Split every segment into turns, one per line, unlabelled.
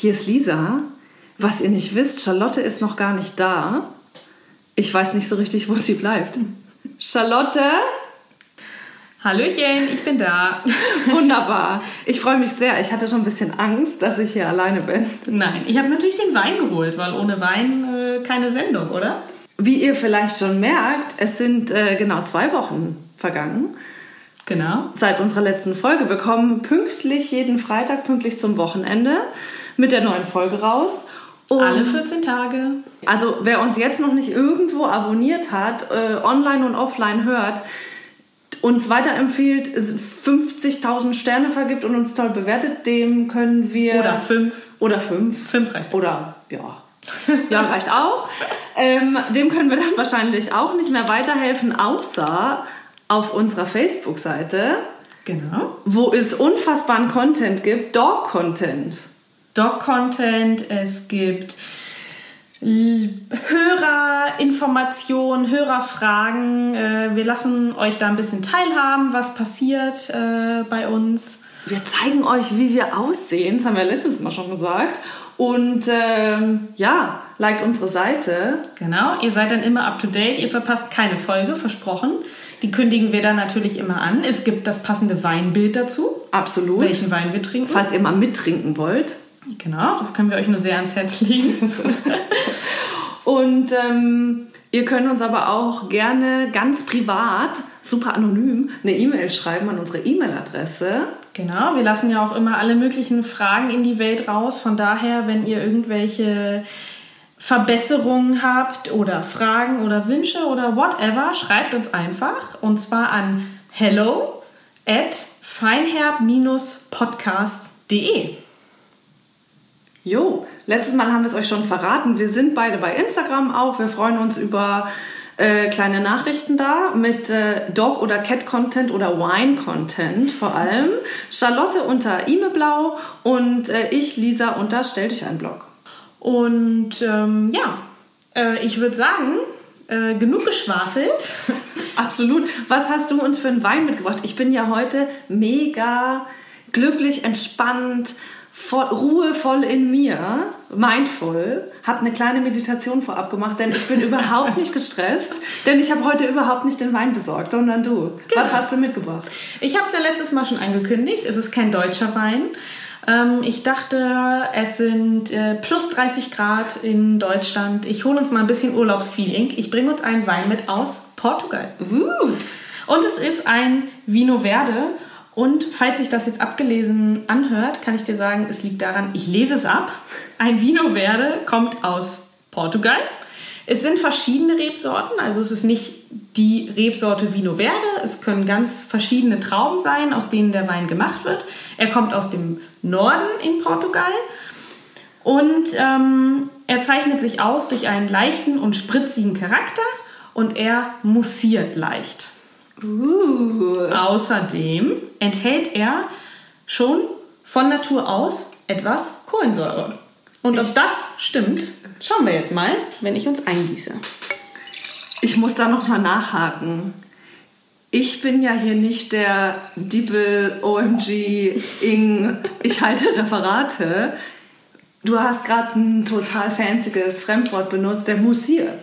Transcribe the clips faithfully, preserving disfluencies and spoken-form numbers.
Hier ist Lisa. Was ihr nicht wisst, Charlotte ist noch gar nicht da. Ich weiß nicht so richtig, wo sie bleibt. Charlotte?
Hallöchen, ich bin da.
Wunderbar. Ich freue mich sehr. Ich hatte schon ein bisschen Angst, dass ich hier alleine bin.
Nein, ich habe natürlich den Wein geholt, weil ohne Wein äh, keine Sendung, oder?
Wie ihr vielleicht schon merkt, es sind äh, genau zwei Wochen vergangen.
Genau.
Seit unserer letzten Folge. Wir kommen pünktlich jeden Freitag, pünktlich zum Wochenende mit der neuen Folge raus.
Und alle vierzehn Tage.
Also wer uns jetzt noch nicht irgendwo abonniert hat, äh, online und offline hört, uns weiterempfiehlt, fünfzigtausend Sterne vergibt und uns toll bewertet, dem können wir...
Oder fünf.
Oder fünf.
Fünf reicht.
Oder, ja. Ja, reicht auch. Ähm, dem können wir dann wahrscheinlich auch nicht mehr weiterhelfen, außer auf unserer Facebook-Seite.
Genau.
Wo es unfassbaren Content gibt. Dog-Content.
Dog-Content, es gibt Hörerinformationen, Hörerfragen. Wir lassen euch da ein bisschen teilhaben, was passiert bei uns.
Wir zeigen euch, wie wir aussehen, das haben wir letztes Mal schon gesagt. Und ähm, ja, liked unsere Seite.
Genau, ihr seid dann immer up to date, ihr verpasst keine Folge, versprochen. Die kündigen wir dann natürlich immer an. Es gibt das passende Weinbild dazu.
Absolut.
Welchen Wein wir trinken.
Falls ihr mal mittrinken wollt.
Genau, das können wir euch nur sehr ans Herz legen.
Und ähm, ihr könnt uns aber auch gerne ganz privat, super anonym, eine E-Mail schreiben an unsere E-Mail-Adresse.
Genau, wir lassen ja auch immer alle möglichen Fragen in die Welt raus. Von daher, wenn ihr irgendwelche Verbesserungen habt oder Fragen oder Wünsche oder whatever, schreibt uns einfach. Und zwar an hello at feinherb podcast punkt de.
Jo, letztes Mal haben wir es euch schon verraten. Wir sind beide bei Instagram auch. Wir freuen uns über äh, kleine Nachrichten da mit äh, Dog- oder Cat-Content oder Wine-Content vor allem. Charlotte unter Imeblau und äh, ich, Lisa, unter Stell dich ein Blog.
Und ähm, ja, äh, ich würde sagen, äh, genug geschwafelt.
Absolut. Was hast du uns für einen Wein mitgebracht? Ich bin ja heute mega glücklich, entspannt, voll, ruhevoll in mir, mindful, habe eine kleine Meditation vorab gemacht, denn ich bin überhaupt nicht gestresst, denn ich habe heute überhaupt nicht den Wein besorgt, sondern du. Genau. Was hast du mitgebracht?
Ich habe es ja letztes Mal schon angekündigt, es ist kein deutscher Wein. Ähm, ich dachte, es sind äh, plus dreißig Grad in Deutschland. Ich hole uns mal ein bisschen Urlaubsfeeling. Ich bringe uns einen Wein mit aus Portugal.
Uh.
Und es ist ein Vinho Verde. Und falls sich das jetzt abgelesen anhört, kann ich dir sagen, es liegt daran, ich lese es ab. Ein Vinho Verde kommt aus Portugal. Es sind verschiedene Rebsorten, also es ist nicht die Rebsorte Vinho Verde. Es können ganz verschiedene Trauben sein, aus denen der Wein gemacht wird. Er kommt aus dem Norden in Portugal und ähm, er zeichnet sich aus durch einen leichten und spritzigen Charakter und er mussiert leicht.
Uh.
Außerdem enthält er schon von Natur aus etwas Kohlensäure. Und ob das stimmt, schauen wir jetzt mal, wenn ich uns eingieße.
Ich muss da nochmal nachhaken. Ich bin ja hier nicht der Diebel, O M G, Ing, ich halte Referate. Du hast gerade ein total fancyes Fremdwort benutzt, der mussiert.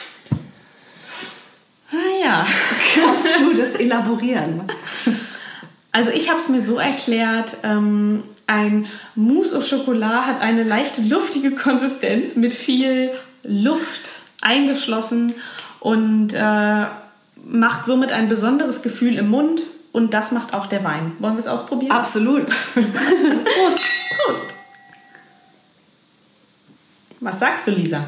Ah ja.
Kannst du das elaborieren?
Also ich habe es mir so erklärt, ähm, ein Mousse au Chocolat hat eine leichte luftige Konsistenz mit viel Luft eingeschlossen und äh, macht somit ein besonderes Gefühl im Mund und das macht auch der Wein. Wollen wir es ausprobieren?
Absolut.
Prost. Prost. Was sagst du, Lisa?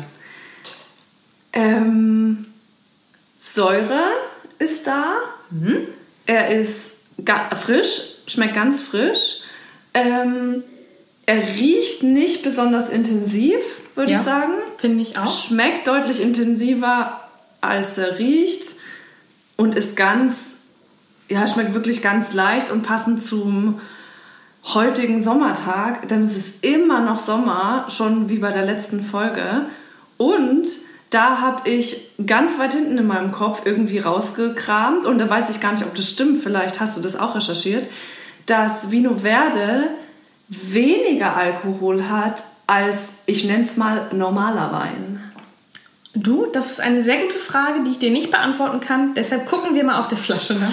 Ähm, Säure ist da.
Mhm.
Er ist ga- frisch, schmeckt ganz frisch. Ähm, er riecht nicht besonders intensiv, würde
Ja,
ich sagen.
Finde ich auch.
Schmeckt deutlich intensiver, als er riecht. Und ist ganz, ja, schmeckt wirklich ganz leicht und passend zum heutigen Sommertag. Denn es ist immer noch Sommer, schon wie bei der letzten Folge. Und da habe ich ganz weit hinten in meinem Kopf irgendwie rausgekramt, und da weiß ich gar nicht, ob das stimmt, vielleicht hast du das auch recherchiert, dass Vinho Verde weniger Alkohol hat als, ich nenne es mal, normaler Wein?
Du, das ist eine sehr gute Frage, die ich dir nicht beantworten kann. Deshalb gucken wir mal auf der Flasche nach.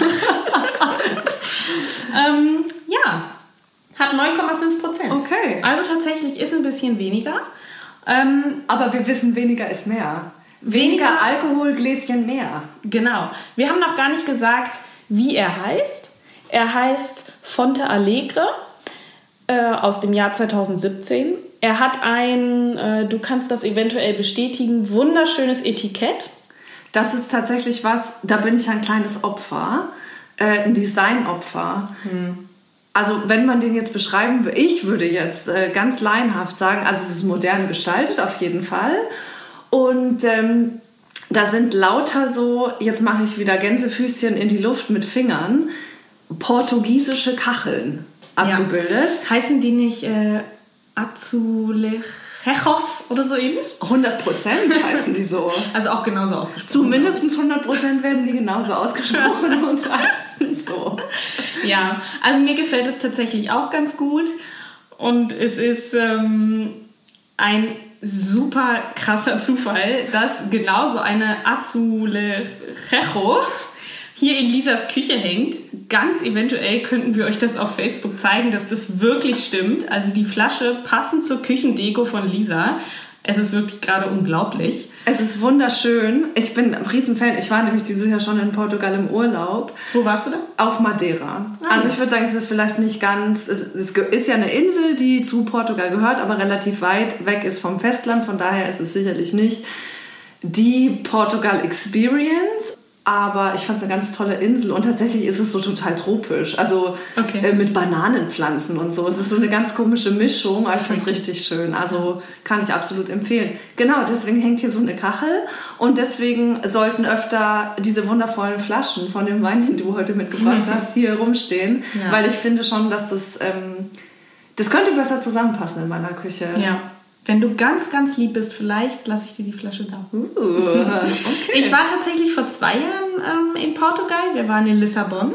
ähm, ja, hat neun Komma fünf Prozent.
Okay.
Also tatsächlich ist ein bisschen weniger. Ähm,
Aber wir wissen, weniger ist mehr. Weniger, weniger Alkoholgläschen mehr.
Genau. Wir haben noch gar nicht gesagt, wie er heißt. Er heißt Fonte Alegre äh, aus dem Jahr zwanzig siebzehn. Er hat ein, äh, du kannst das eventuell bestätigen, wunderschönes Etikett.
Das ist tatsächlich was, da bin ich ein kleines Opfer, äh, ein Designopfer. Hm. Also wenn man den jetzt beschreiben würde, ich würde jetzt äh, ganz laienhaft sagen, also es ist modern gestaltet auf jeden Fall. Und ähm, da sind lauter so, jetzt mache ich wieder Gänsefüßchen in die Luft mit Fingern, portugiesische Kacheln abgebildet.
Ja. Heißen die nicht äh, Azulejos oder so ähnlich?
hundert Prozent heißen die so.
Also auch genauso ausgesprochen.
Zumindest hundert Prozent werden die genauso ausgesprochen und heißen so.
Ja, also mir gefällt es tatsächlich auch ganz gut. Und es ist ähm, ein super krasser Zufall, dass genauso eine Azulejo hier in Lisas Küche hängt. Ganz eventuell könnten wir euch das auf Facebook zeigen, dass das wirklich stimmt. Also die Flasche passend zur Küchendeko von Lisa. Es ist wirklich gerade unglaublich.
Es ist wunderschön. Ich bin ein Riesenfan. Ich war nämlich dieses Jahr schon in Portugal im Urlaub.
Wo warst du da?
Auf Madeira.
Ah,
also
ja.
ich würde sagen, es ist vielleicht nicht ganz... Es ist ja eine Insel, die zu Portugal gehört, aber relativ weit weg ist vom Festland. Von daher ist es sicherlich nicht die Portugal Experience. Aber ich fand es eine ganz tolle Insel und tatsächlich ist es so total tropisch. Also
okay.
äh, mit Bananenpflanzen und so. Es ist so eine ganz komische Mischung, aber ich fand es richtig schön. Also kann ich absolut empfehlen. Genau, deswegen hängt hier so eine Kachel und deswegen sollten öfter diese wundervollen Flaschen von dem Wein, den du heute mitgebracht hast, hier rumstehen. Ja. Weil ich finde schon, dass das, ähm, das könnte besser zusammenpassen in meiner Küche.
Ja. Wenn du ganz, ganz lieb bist, vielleicht lasse ich dir die Flasche da.
Uh, okay.
Ich war tatsächlich vor zwei Jahren ähm, in Portugal. Wir waren in Lissabon.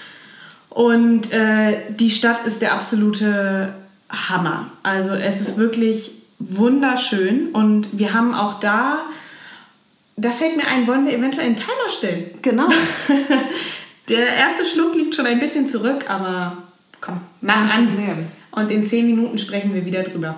Und äh, die Stadt ist der absolute Hammer. Also es ist wirklich wunderschön. Und wir haben auch da, da fällt mir ein, wollen wir eventuell einen Timer stellen?
Genau.
Der erste Schluck liegt schon ein bisschen zurück, aber komm, mach an. Und in zehn Minuten sprechen wir wieder drüber.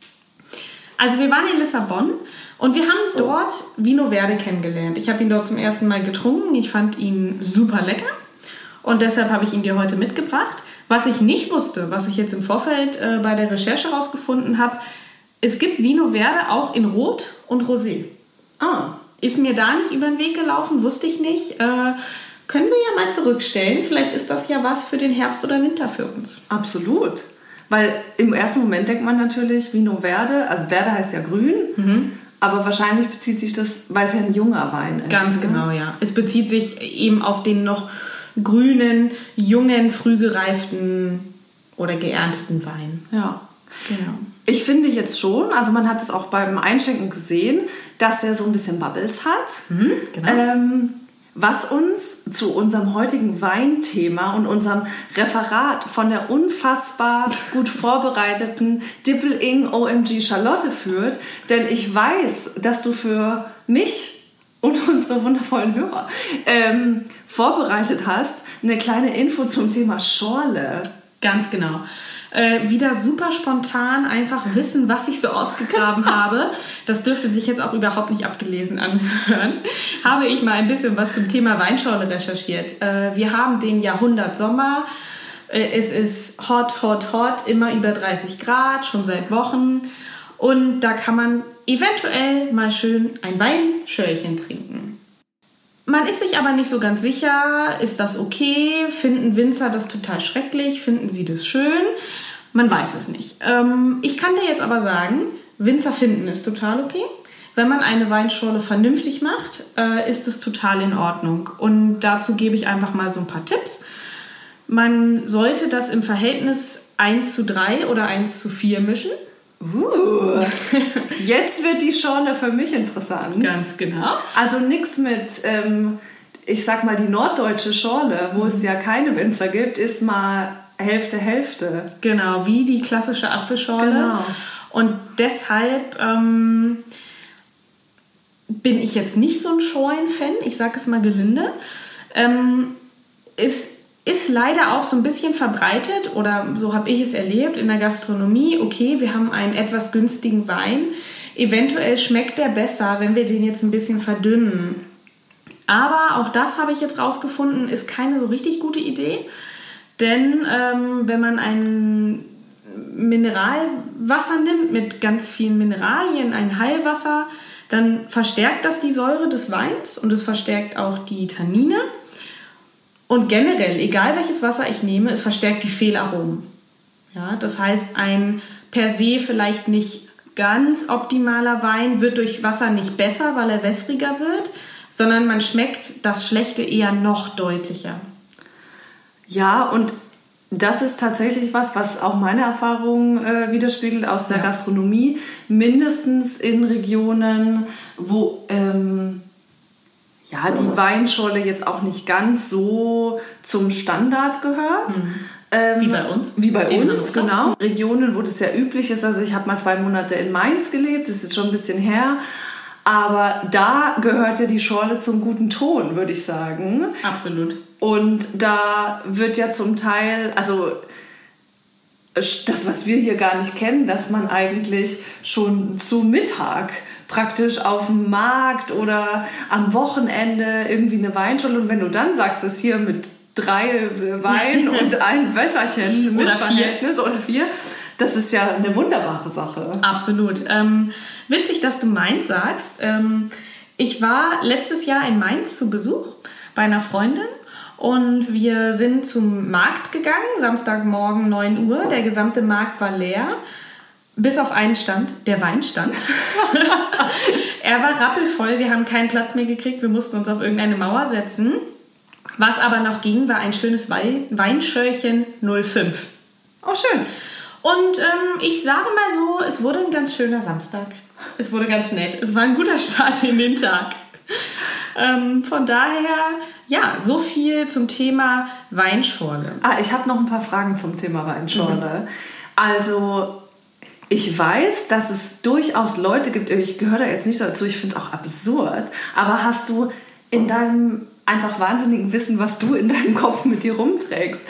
Also wir waren in Lissabon und wir haben dort Vinho Verde kennengelernt. Ich habe ihn dort zum ersten Mal getrunken. Ich fand ihn super lecker und deshalb habe ich ihn dir heute mitgebracht. Was ich nicht wusste, was ich jetzt im Vorfeld äh, bei der Recherche rausgefunden habe, es gibt Vinho Verde auch in Rot und Rosé.
Ah.
Ist mir da nicht über den Weg gelaufen, wusste ich nicht. Äh, können wir ja mal zurückstellen. Vielleicht ist das ja was für den Herbst oder Winter für uns.
Absolut. Weil im ersten Moment denkt man natürlich, Vinho Verde, also Verde heißt ja grün, mhm. aber wahrscheinlich bezieht sich das, weil es ja ein junger Wein ist.
Ganz ne? genau, ja. Es bezieht sich eben auf den noch grünen, jungen, frühgereiften oder geernteten Wein.
Ja.
Genau.
Ich finde jetzt schon, also man hat es auch beim Einschenken gesehen, dass der so ein bisschen Bubbles hat.
Mhm, genau.
Ähm, was uns zu unserem heutigen Weinthema und unserem Referat von der unfassbar gut vorbereiteten Dippel-Ing O M G Charlotte führt. Denn ich weiß, dass du für mich und unsere wundervollen Hörer ähm, vorbereitet hast, eine kleine Info zum Thema Schorle.
Ganz genau. Äh, wieder super spontan einfach wissen, was ich so ausgegraben habe. Das dürfte sich jetzt auch überhaupt nicht abgelesen anhören. Habe ich mal ein bisschen was zum Thema Weinschorle recherchiert. Äh, wir haben den Jahrhundert Sommer. Äh, es ist hot, hot, hot, immer über dreißig Grad, schon seit Wochen. Und da kann man eventuell mal schön ein Weinschörlchen trinken. Man ist sich aber nicht so ganz sicher, ist das okay? Finden Winzer das total schrecklich? Finden sie das schön? Man weiß es nicht. Ähm, ich kann dir jetzt aber sagen, Winzer finden es total okay. Wenn man eine Weinschorle vernünftig macht, äh, ist es total in Ordnung. Und dazu gebe ich einfach mal so ein paar Tipps. Man sollte das im Verhältnis eins zu drei oder eins zu vier mischen.
Uh, jetzt wird die Schorle für mich interessant.
Ganz genau.
Also nichts mit, ähm, ich sag mal, die norddeutsche Schorle, wo mhm. es ja keine Winzer gibt, ist mal Hälfte, Hälfte.
Genau, wie die klassische Apfelschorle.
Genau.
Und deshalb ähm, bin ich jetzt nicht so ein Schorlen-Fan, ich sage es mal gelinde. Ähm, es ist leider auch so ein bisschen verbreitet, oder so habe ich es erlebt in der Gastronomie. Okay, wir haben einen etwas günstigen Wein. Eventuell schmeckt der besser, wenn wir den jetzt ein bisschen verdünnen. Aber auch das habe ich jetzt rausgefunden, ist keine so richtig gute Idee. Denn ähm, wenn man ein Mineralwasser nimmt mit ganz vielen Mineralien, ein Heilwasser, dann verstärkt das die Säure des Weins und es verstärkt auch die Tannine. Und generell, egal welches Wasser ich nehme, es verstärkt die Fehlaromen. Ja, das heißt, ein per se vielleicht nicht ganz optimaler Wein wird durch Wasser nicht besser, weil er wässriger wird, sondern man schmeckt das Schlechte eher noch deutlicher.
Ja, und das ist tatsächlich was, was auch meine Erfahrung äh, widerspiegelt aus der ja. Gastronomie. Mindestens in Regionen, wo ähm, ja, die Weinschorle jetzt auch nicht ganz so zum Standard gehört.
Mhm.
Ähm,
wie bei uns.
Wie bei in uns, genau. Regionen, wo das ja üblich ist. Also ich habe mal zwei Monate in Mainz gelebt, das ist schon ein bisschen her. Aber da gehört ja die Schorle zum guten Ton, würde ich sagen.
Absolut.
Und da wird ja zum Teil, also das, was wir hier gar nicht kennen, dass man eigentlich schon zu Mittag praktisch auf dem Markt oder am Wochenende irgendwie eine Weinschorle, und wenn du dann sagst, das hier mit drei Wein und ein Wässerchen mit Verhältnis oder vier, das ist ja eine wunderbare Sache.
Absolut. Ähm, witzig, dass du Mainz sagst. Ähm, ich war letztes Jahr in Mainz zu Besuch bei einer Freundin und wir sind zum Markt gegangen, Samstagmorgen neun Uhr. Der gesamte Markt war leer, bis auf einen Stand, der Weinstand. Er war rappelvoll, wir haben keinen Platz mehr gekriegt, wir mussten uns auf irgendeine Mauer setzen. Was aber noch ging, war ein schönes Weinschörchen null fünf.
Oh, schön.
Und ähm, ich sage mal so, es wurde ein ganz schöner Samstag. Es wurde ganz nett. Es war ein guter Start in den Tag. Ähm, von daher, ja, so viel zum Thema Weinschorle.
Ah, ich habe noch ein paar Fragen zum Thema Weinschorle. Mhm. Also, ich weiß, dass es durchaus Leute gibt, ich gehöre da jetzt nicht dazu, ich finde es auch absurd, aber hast du in deinem einfach wahnsinnigen Wissen, was du in deinem Kopf mit dir rumträgst,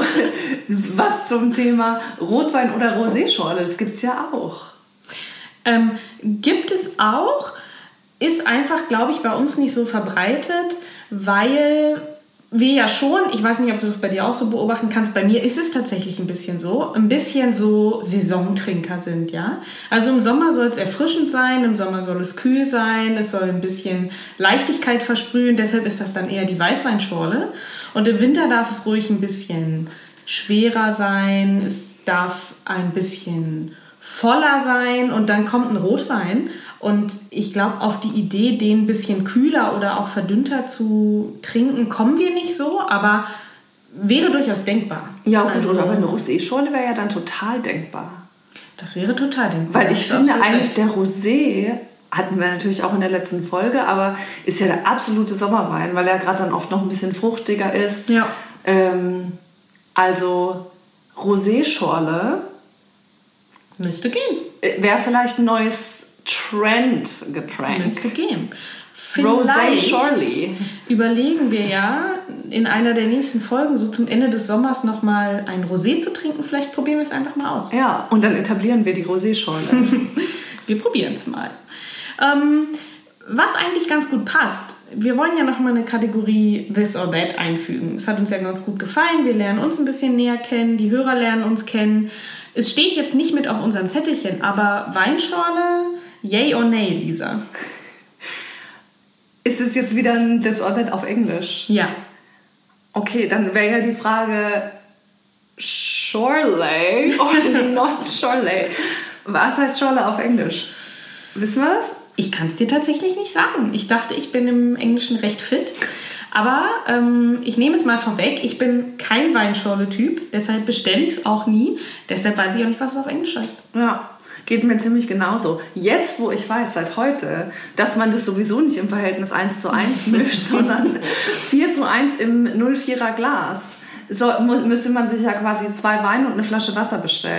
was zum Thema Rotwein oder Roséschorle, das gibt es ja auch.
Ähm, gibt es auch, ist einfach, glaube ich, bei uns nicht so verbreitet, weil wir ja schon, ich weiß nicht, ob du das bei dir auch so beobachten kannst, bei mir ist es tatsächlich ein bisschen so, ein bisschen so Saisontrinker sind, ja. Also im Sommer soll es erfrischend sein, im Sommer soll es kühl sein, es soll ein bisschen Leichtigkeit versprühen, deshalb ist das dann eher die Weißweinschorle. Und im Winter darf es ruhig ein bisschen schwerer sein, es darf ein bisschen voller sein und dann kommt ein Rotwein. Und ich glaube, auf die Idee, den ein bisschen kühler oder auch verdünnter zu trinken, kommen wir nicht so, aber wäre durchaus denkbar.
Ja, gut, also, aber eine Roséschorle wäre ja dann total denkbar.
Das wäre total denkbar.
Weil ich finde eigentlich, der Rosé, hatten wir natürlich auch in der letzten Folge, aber ist ja der absolute Sommerwein, weil er gerade dann oft noch ein bisschen fruchtiger ist.
Ja.
Ähm, also Roséschorle
müsste gehen.
Wäre vielleicht ein neues Trendgetränk.
Müsste gehen.
Rosé Shorley.
Überlegen wir ja in einer der nächsten Folgen so zum Ende des Sommers nochmal ein Rosé zu trinken. Vielleicht probieren wir es einfach mal aus.
Ja, und dann etablieren wir die Rosé-Schorle.
Wir probieren es mal. Ähm, was eigentlich ganz gut passt, wir wollen ja nochmal eine Kategorie This or That einfügen. Es hat uns ja ganz gut gefallen. Wir lernen uns ein bisschen näher kennen, die Hörer lernen uns kennen. Es steht jetzt nicht mit auf unserem Zettelchen, aber Weinschorle, yay or nay, Lisa?
Ist es jetzt wieder ein This or That auf Englisch?
Ja.
Okay, dann wäre ja die Frage Shorley oder not Shorley. Was heißt Schorle auf Englisch? Wissen wir das?
Ich kann es dir tatsächlich nicht sagen. Ich dachte, ich bin im Englischen recht fit. Aber ähm, ich nehme es mal vorweg, ich bin kein Weinschorle-Typ, deshalb bestelle ich es auch nie. Deshalb weiß ich auch nicht, was es auf Englisch heißt.
Ja, geht mir ziemlich genauso. Jetzt, wo ich weiß, seit heute, dass man das sowieso nicht im Verhältnis eins zu eins mischt, sondern vier zu eins im null Komma vierer Glas, so, muss, müsste man sich ja quasi zwei Weine und eine Flasche Wasser bestellen.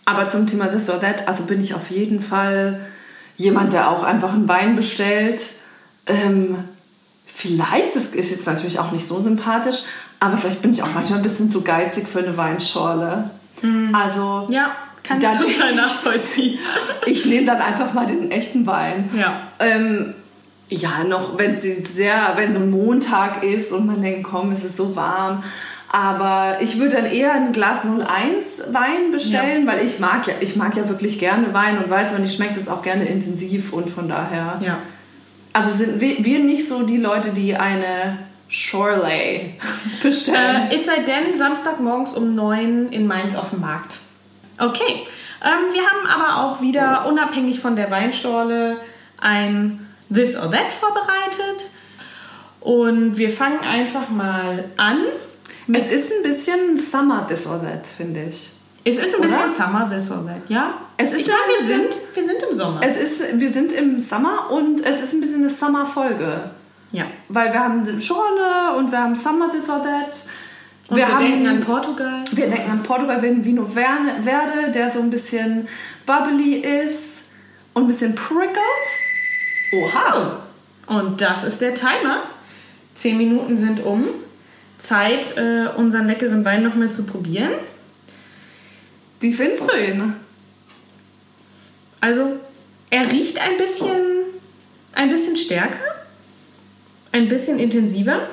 Aber zum Thema This or That, also bin ich auf jeden Fall jemand, der auch einfach einen Wein bestellt. Ähm, vielleicht, das ist jetzt natürlich auch nicht so sympathisch, aber vielleicht bin ich auch manchmal ein bisschen zu geizig für eine Weinschorle.
Mhm.
Also
ja, kann ich total nachvollziehen.
Ich nehme dann einfach mal den echten Wein.
Ja.
Ähm, ja, noch, wenn es sehr, wenn so ein Montag ist und man denkt, komm, es ist so warm. Aber ich würde dann eher ein Glas null eins Wein bestellen, ja. weil ich mag ja, ich mag ja wirklich gerne Wein und weiß, wenn ich schmeckt es auch gerne intensiv und von daher.
Ja.
Also sind wir, wir nicht so die Leute, die eine Chorley bestellen.
Äh, es sei denn, Samstagmorgens um neun in Mainz auf dem Markt. Okay. Ähm, wir haben aber auch wieder, unabhängig von der Weinschorle, ein This or That vorbereitet. Und wir fangen einfach mal an.
Es ist ein bisschen Summer This or That, finde ich.
Es ist ein
Oder?
bisschen Summer This or That, ja?
Es ist
ich meine, wir sind, wir sind im Sommer.
Es ist, wir sind im Sommer und es ist ein bisschen eine Summer-Folge.
Ja.
Weil wir haben Schorle und wir haben Summer This or That.
Und wir, wir haben, denken an Portugal.
Wir denken an Portugal, wir haben Vino Verde, der so ein bisschen bubbly ist und ein bisschen prickelt. Oha!
Und das ist der Timer. Zehn Minuten sind um. Zeit, äh, unseren leckeren Wein noch mal zu probieren.
Wie findest du ihn?
Also, er riecht ein bisschen, ein bisschen stärker, ein bisschen intensiver.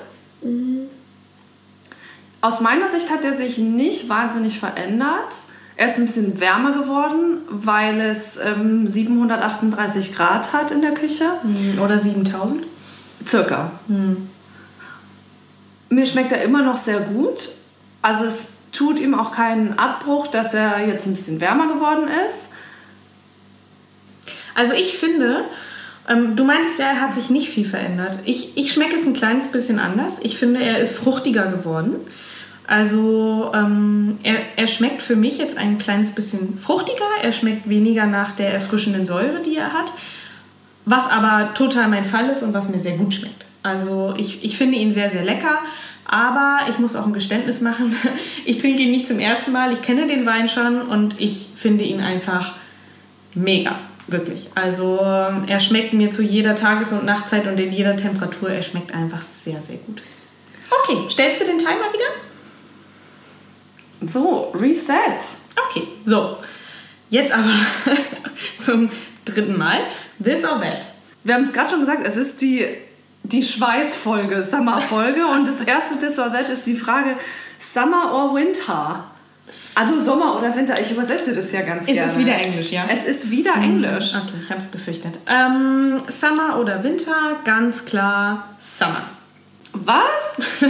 Aus meiner Sicht hat er sich nicht wahnsinnig verändert. Er ist ein bisschen wärmer geworden, weil es ähm, siebenhundertachtunddreißig Grad hat in der Küche.
Oder siebentausend?
Circa. Hm. Mir schmeckt er immer noch sehr gut. Also es tut ihm auch keinen Abbruch, dass er jetzt ein bisschen wärmer geworden ist.
Also ich finde, ähm, du meintest ja, er hat sich nicht viel verändert. Ich, ich schmecke es ein kleines bisschen anders. Ich finde, er ist fruchtiger geworden. Also ähm, er, er schmeckt für mich jetzt ein kleines bisschen fruchtiger. Er schmeckt weniger nach der erfrischenden Säure, die er hat. Was aber total mein Fall ist und was mir sehr gut schmeckt. Also ich, ich finde ihn sehr, sehr lecker. Aber ich muss auch ein Geständnis machen. Ich trinke ihn nicht zum ersten Mal. Ich kenne den Wein schon und ich finde ihn einfach mega. Wirklich. Also er schmeckt mir zu jeder Tages- und Nachtzeit und in jeder Temperatur. Er schmeckt einfach sehr, sehr gut. Okay, stellst du den Timer wieder?
So, Reset.
Okay, so. Jetzt aber zum dritten Mal. This or That.
Wir haben es gerade schon gesagt, es ist die, die Schweißfolge, Summer-Folge. Und das erste This or That ist die Frage Summer or Winter? Also Sommer oder Winter, ich übersetze das ja ganz gerne.
Es ist wieder Englisch, ja?
Es ist wieder Englisch.
Okay, ich habe es befürchtet. Ähm, Summer oder Winter? Ganz klar Summer.
Was?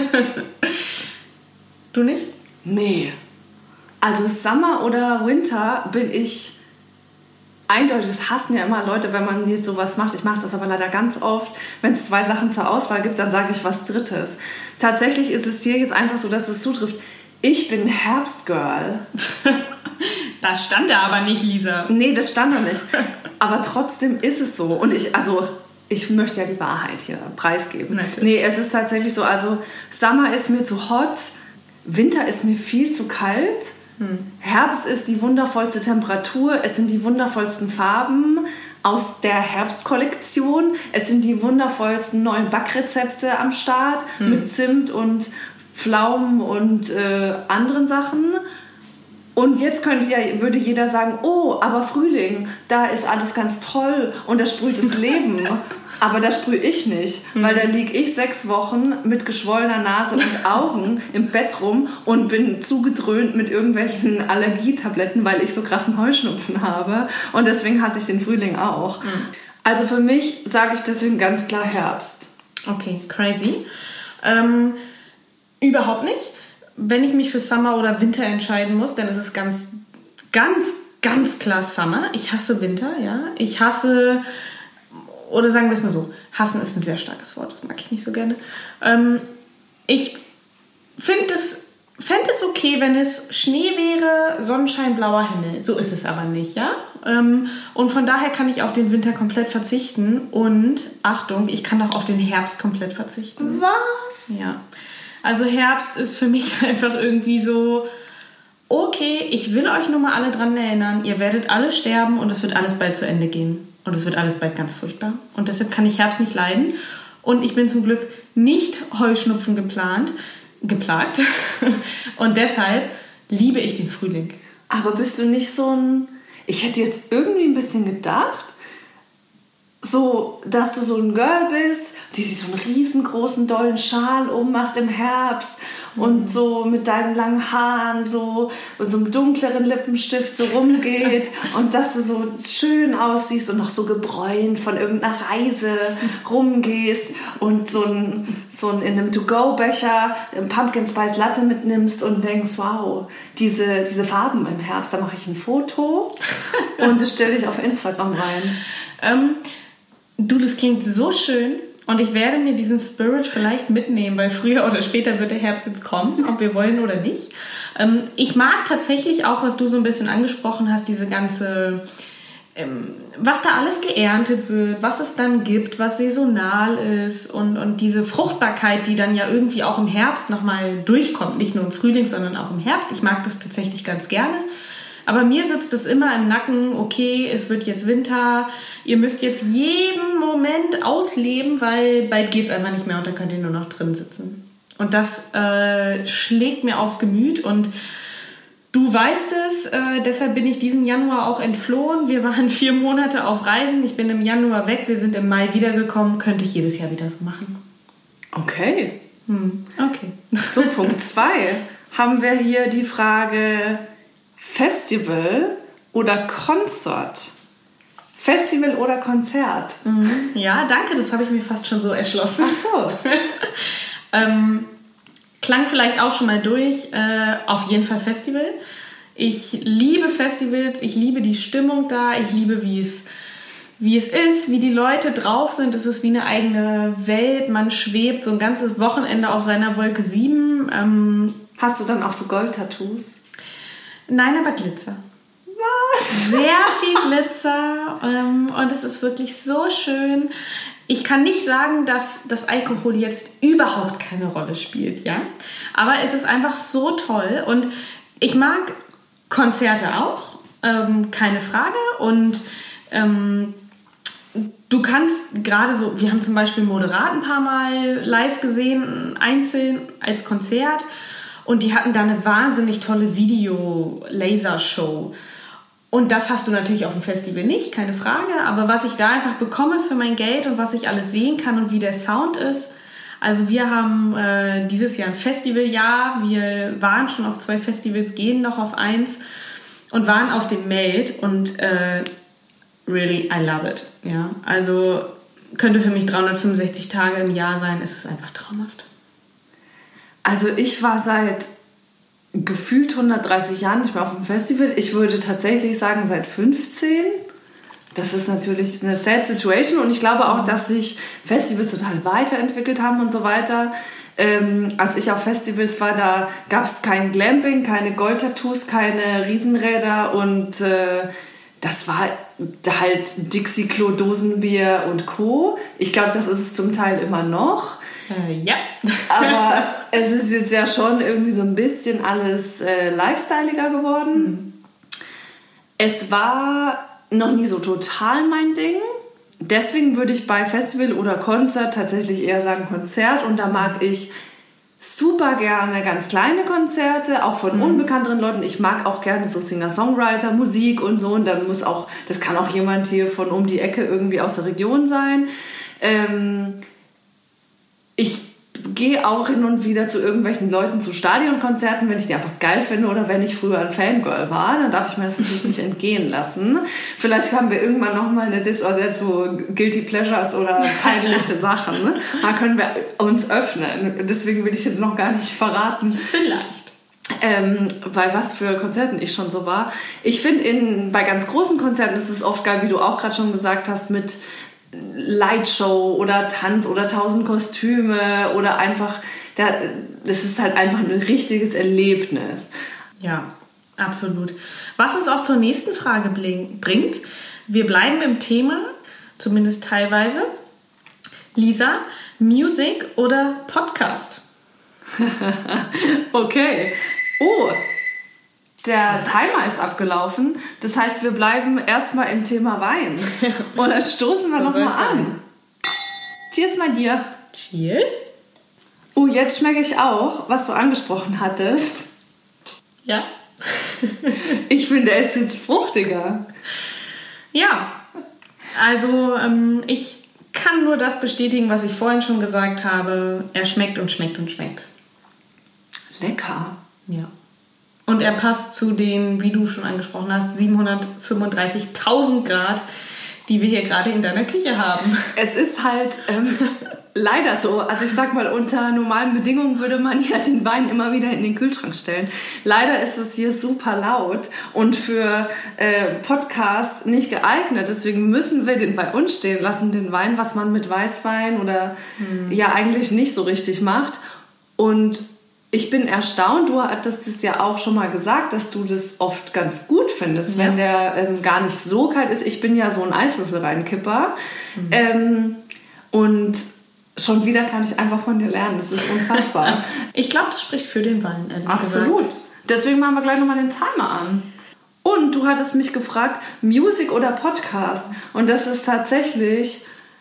Du nicht?
Nee. Also Summer oder Winter bin ich eindeutig. Das hassen ja immer Leute, wenn man jetzt sowas macht. Ich mache das aber leider ganz oft. Wenn es zwei Sachen zur Auswahl gibt, dann sage ich was Drittes. Tatsächlich ist es hier jetzt einfach so, dass es zutrifft. Ich bin Herbstgirl.
Das stand da aber nicht, Lisa.
Nee, das stand da nicht. Aber trotzdem ist es so. Und ich, also, ich möchte ja die Wahrheit hier preisgeben.
Natürlich.
Nee, es ist tatsächlich so. Also, Summer ist mir zu hot. Winter ist mir viel zu kalt. Hm. Herbst ist die wundervollste Temperatur. Es sind die wundervollsten Farben aus der Herbstkollektion. Es sind die wundervollsten neuen Backrezepte am Start. Hm. Mit Zimt und Pflaumen und äh, anderen Sachen. Und jetzt könnte ja, würde jeder sagen, oh, aber Frühling, da ist alles ganz toll und da sprüht das Leben. Aber da sprühe ich nicht, mhm. weil da liege ich sechs Wochen mit geschwollener Nase und Augen im Bett rum und bin zugedröhnt mit irgendwelchen Allergietabletten, weil ich so krassen Heuschnupfen habe. Und deswegen hasse ich den Frühling auch. Mhm. Also für mich sage ich deswegen ganz klar Herbst.
Okay, crazy. Ähm... Überhaupt nicht. Wenn ich mich für Summer oder Winter entscheiden muss, dann ist es ganz, ganz, ganz klar Summer. Ich hasse Winter, ja. Ich hasse, oder sagen wir es mal so, hassen ist ein sehr starkes Wort, das mag ich nicht so gerne. Ähm, ich finde es, fände es okay, wenn es Schnee wäre, Sonnenschein, blauer Himmel. So ist es aber nicht, ja. Ähm, und von daher kann ich auf den Winter komplett verzichten. Und, Achtung, ich kann auch auf den Herbst komplett verzichten.
Was?
Ja. Also Herbst ist für mich einfach irgendwie so, okay, ich will euch nur mal alle dran erinnern, ihr werdet alle sterben und es wird alles bald zu Ende gehen. Und es wird alles bald ganz furchtbar. Und deshalb kann ich Herbst nicht leiden. Und ich bin zum Glück nicht Heuschnupfen geplant, geplagt. Und deshalb liebe ich den Frühling.
Aber bist du nicht so ein... Ich hätte jetzt irgendwie ein bisschen gedacht, so, dass du so ein Girl bist, die sich so einen riesengroßen, dollen Schal ummacht im Herbst und so mit deinen langen Haaren so und so einem dunkleren Lippenstift so rumgeht und dass du so schön aussiehst und noch so gebräunt von irgendeiner Reise rumgehst und so ein, so ein in einem To-Go-Becher ein Pumpkin Spice Latte mitnimmst und denkst, wow, diese, diese Farben im Herbst, da mache ich ein Foto und das stelle ich auf Instagram rein.
Ähm, du, das klingt so schön. Und ich werde mir diesen Spirit vielleicht mitnehmen, weil früher oder später wird der Herbst jetzt kommen, ob wir wollen oder nicht. Ähm, ich mag tatsächlich auch, was du so ein bisschen angesprochen hast, diese ganze, ähm, was da alles geerntet wird, was es dann gibt, was saisonal ist und, und diese Fruchtbarkeit, die dann ja irgendwie auch im Herbst nochmal durchkommt. Nicht nur im Frühling, sondern auch im Herbst. Ich mag das tatsächlich ganz gerne. Aber mir sitzt es immer im Nacken, okay, es wird jetzt Winter, ihr müsst jetzt jeden Moment ausleben, weil bald geht's einfach nicht mehr und dann könnt ihr nur noch drin sitzen. Und das äh, schlägt mir aufs Gemüt und du weißt es, äh, deshalb bin ich diesen Januar auch entflohen. Wir waren vier Monate auf Reisen, ich bin im Januar weg, wir sind im Mai wiedergekommen, könnte ich jedes Jahr wieder so machen.
Okay.
Hm, okay.
So, Punkt zwei haben wir hier die Frage... Festival oder Konzert? Festival oder Konzert?
Mhm. Ja, danke, das habe ich mir fast schon so erschlossen.
Ach so.
ähm, klang vielleicht auch schon mal durch. Äh, auf jeden Fall Festival. Ich liebe Festivals, ich liebe die Stimmung da, ich liebe, wie es, wie es ist, wie die Leute drauf sind. Es ist wie eine eigene Welt. Man schwebt so ein ganzes Wochenende auf seiner Wolke sieben. Ähm,
Hast du dann auch so Gold-Tattoos?
Nein, aber Glitzer.
Was?
Sehr viel Glitzer ähm, und es ist wirklich so schön. Ich kann nicht sagen, dass das Alkohol jetzt überhaupt keine Rolle spielt, ja. Aber es ist einfach so toll und ich mag Konzerte auch, ähm, keine Frage. Und ähm, du kannst gerade so, wir haben zum Beispiel Moderat ein paar Mal live gesehen, einzeln als Konzert. Und die hatten da eine wahnsinnig tolle Video-Lasershow. Und das hast du natürlich auf dem Festival nicht, keine Frage. Aber was ich da einfach bekomme für mein Geld und was ich alles sehen kann und wie der Sound ist. Also wir haben äh, dieses Jahr ein Festivaljahr. Wir waren schon auf zwei Festivals, gehen noch auf eins und waren auf dem Meld. Und äh, really, I love it. Ja, also könnte für mich dreihundertfünfundsechzig Tage im Jahr sein. Es ist einfach traumhaft.
Also ich war seit gefühlt hundertdreißig Jahren nicht mehr auf dem Festival. Ich würde tatsächlich sagen seit fünfzehn. Das ist natürlich eine sad situation und ich glaube auch, dass sich Festivals total weiterentwickelt haben und so weiter. Ähm, als ich auf Festivals war, da gab es kein Glamping, keine Gold-Tattoos, keine Riesenräder und äh, das war halt Dixie-Klo, Dosenbier und Co. Ich glaube, das ist es zum Teil immer noch.
Äh, ja.
Aber es ist jetzt ja schon irgendwie so ein bisschen alles äh, lifestyleiger geworden. Mhm. Es war noch nie so total mein Ding. Deswegen würde ich bei Festival oder Konzert tatsächlich eher sagen Konzert. Und da mag ich super gerne ganz kleine Konzerte, auch von mhm. unbekannteren Leuten. Ich mag auch gerne so Singer-Songwriter, Musik und so. Und dann muss auch, das kann auch jemand hier von um die Ecke irgendwie aus der Region sein. Ähm, Ich gehe auch hin und wieder zu irgendwelchen Leuten zu Stadionkonzerten, wenn ich die einfach geil finde oder wenn ich früher ein Fangirl war. Dann darf ich mir das natürlich nicht entgehen lassen. Vielleicht haben wir irgendwann nochmal eine Dis oder so Guilty Pleasures oder peinliche Sachen. Da können wir uns öffnen. Deswegen will ich jetzt noch gar nicht verraten.
Vielleicht.
Ähm, bei was für Konzerten ich schon so war. Ich finde, bei ganz großen Konzerten ist es oft geil, wie du auch gerade schon gesagt hast, mit Lightshow oder Tanz oder tausend Kostüme oder einfach, da, es ist halt einfach ein richtiges Erlebnis.
Ja, absolut. Was uns auch zur nächsten Frage bringt, wir bleiben im Thema, zumindest teilweise. Lisa, Music oder Podcast?
Okay. Oh, der Timer ist abgelaufen. Das heißt, wir bleiben erstmal im Thema Wein. Und dann stoßen wir so nochmal an. Cheers, mein dir.
Cheers.
Oh, jetzt schmecke ich auch, was du angesprochen hattest.
Ja.
Ich finde, er ist jetzt fruchtiger.
Ja. Also, ähm, ich kann nur das bestätigen, was ich vorhin schon gesagt habe. Er schmeckt und schmeckt und schmeckt.
Lecker.
Ja. Und er passt zu den, wie du schon angesprochen hast, siebenhundertfünfunddreißigtausend Grad, die wir hier gerade in deiner Küche haben.
Es ist halt ähm, leider so. Also ich sag mal, unter normalen Bedingungen würde man ja den Wein immer wieder in den Kühlschrank stellen. Leider ist es hier super laut und für äh, Podcasts nicht geeignet. Deswegen müssen wir den bei uns stehen lassen, den Wein, was man mit Weißwein oder hm. ja eigentlich nicht so richtig macht. Und ich bin erstaunt, du hattest es ja auch schon mal gesagt, dass du das oft ganz gut findest, ja. wenn der ähm, gar nicht so kalt ist. Ich bin ja so ein Eiswürfel-Reinkipper. Mhm. Ähm, und schon wieder kann ich einfach von dir lernen. Das ist unfassbar.
Ich glaube, das spricht für den Wein, ehrlich
Absolut.
gesagt.
Deswegen machen wir gleich nochmal den Timer an. Und du hattest mich gefragt, Music oder Podcast? Und das ist tatsächlich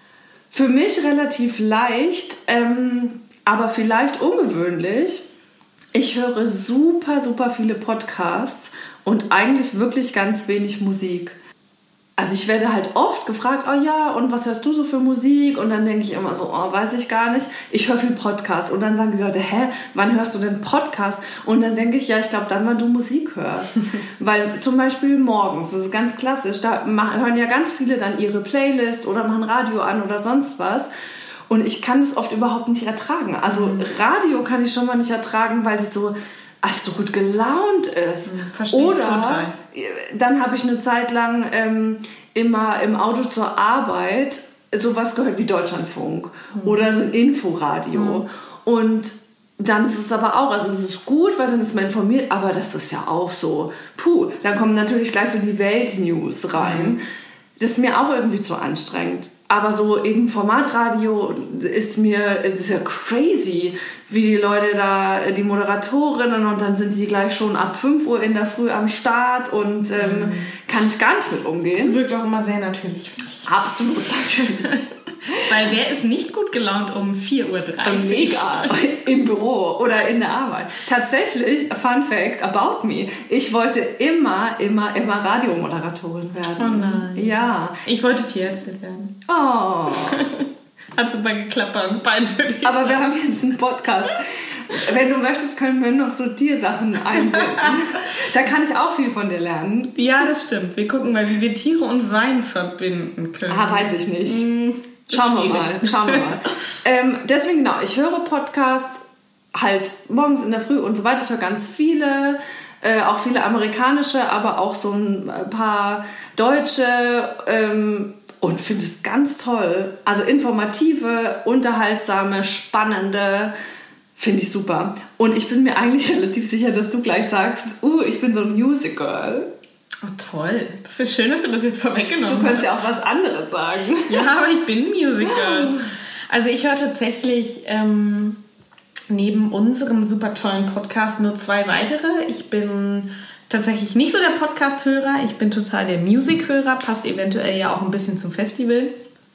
für mich relativ leicht, ähm, aber vielleicht ungewöhnlich. Ich höre super, super viele Podcasts und eigentlich wirklich ganz wenig Musik. Also ich werde halt oft gefragt, oh ja, und was hörst du so für Musik? Und dann denke ich immer so, oh, weiß ich gar nicht. Ich höre viel Podcast. Und dann sagen die Leute, hä, wann hörst du denn Podcast? Und dann denke ich, ja, ich glaube dann, wann du Musik hörst. Weil zum Beispiel morgens, das ist ganz klassisch, da hören ja ganz viele dann ihre Playlist oder machen Radio an oder sonst was. Und ich kann das oft überhaupt nicht ertragen. Also Radio kann ich schon mal nicht ertragen, weil das so, also so gut gelaunt ist.
Verstehe ich total.
Dann habe ich eine Zeit lang ähm, immer im Auto zur Arbeit sowas gehört wie Deutschlandfunk mhm. oder so ein Inforadio. Mhm. Und dann ist es aber auch, also es ist gut, weil dann ist man informiert, aber das ist ja auch so, puh, dann kommen natürlich gleich so die Weltnews rein. Mhm. Das ist mir auch irgendwie zu anstrengend. Aber so eben Formatradio ist mir, es ist ja crazy, wie die Leute da, die Moderatorinnen, und dann sind die gleich schon ab fünf Uhr in der Früh am Start und ähm, mhm. kann ich gar nicht mit umgehen.
Wirkt auch immer sehr natürlich für mich.
Absolut natürlich.
Weil wer ist nicht gut gelaunt um vier Uhr dreißig?
Mega. Im Büro oder in der Arbeit. Tatsächlich, Fun Fact about me, ich wollte immer, immer, immer Radiomoderatorin werden.
Oh nein.
Ja.
Ich wollte Tierärztin werden.
Oh.
Hat super geklappt bei uns beiden, würde ich
Aber
sagen.
wir haben jetzt einen Podcast. Wenn du möchtest, können wir noch so Tiersachen einbinden. Da kann ich auch viel von dir lernen.
Ja, das stimmt. Wir gucken mal, wie wir Tiere und Wein verbinden können.
Ah, weiß ich nicht. Hm. Schauen wir mal, schauen wir mal. ähm, deswegen genau, ich höre Podcasts halt morgens in der Früh und so weiter. Ich höre ganz viele, äh, auch viele amerikanische, aber auch so ein paar deutsche ähm, und finde es ganz toll. Also informative, unterhaltsame, spannende, finde ich super. Und ich bin mir eigentlich relativ sicher, dass du gleich sagst, uh, ich bin so ein Music Girl.
Oh, toll. Das ist schön, dass du das jetzt vorweggenommen hast.
Du könntest ja auch was anderes sagen.
Ja, aber ich bin Musical. Also ich höre tatsächlich ähm, neben unserem super tollen Podcast nur zwei weitere. Ich bin tatsächlich nicht so der Podcast-Hörer. Ich bin total der Music-Hörer. Passt eventuell ja auch ein bisschen zum Festival.